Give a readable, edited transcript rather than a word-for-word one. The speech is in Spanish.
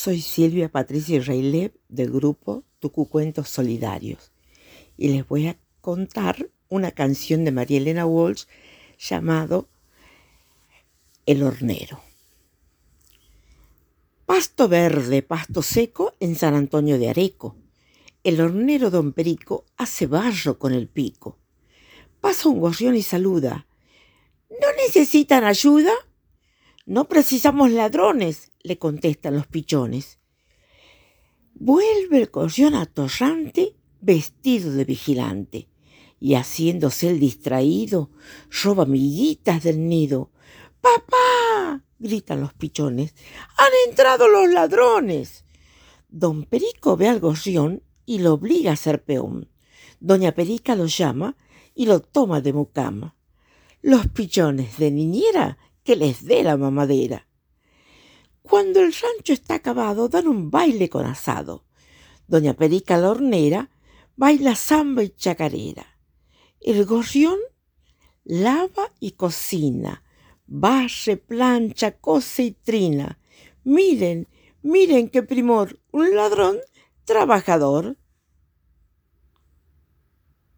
Soy Silvia Patricia Reilev del grupo Tucu Cuentos Solidarios y les voy a contar una canción de María Elena Walsh llamado El Hornero. Pasto verde, pasto seco en San Antonio de Areco. El hornero don Perico hace barro con el pico. Pasa un gorrión y saluda. ¿No necesitan ayuda? No precisamos ladrones, le contestan los pichones. Vuelve el gorrión atorrante, vestido de vigilante, y haciéndose el distraído, roba miguitas del nido. ¡Papá!, gritan los pichones, ¡han entrado los ladrones! Don Perico ve al gorrión y lo obliga a ser peón. Doña Perica lo llama y lo toma de mucama. Los pichones de niñera que les dé la mamadera. Cuando el rancho está acabado, dan un baile con asado. Doña Perica la hornera baila samba y chacarera. El gorrión lava y cocina, barre, plancha, cose y trina. Miren, miren qué primor, un ladrón trabajador.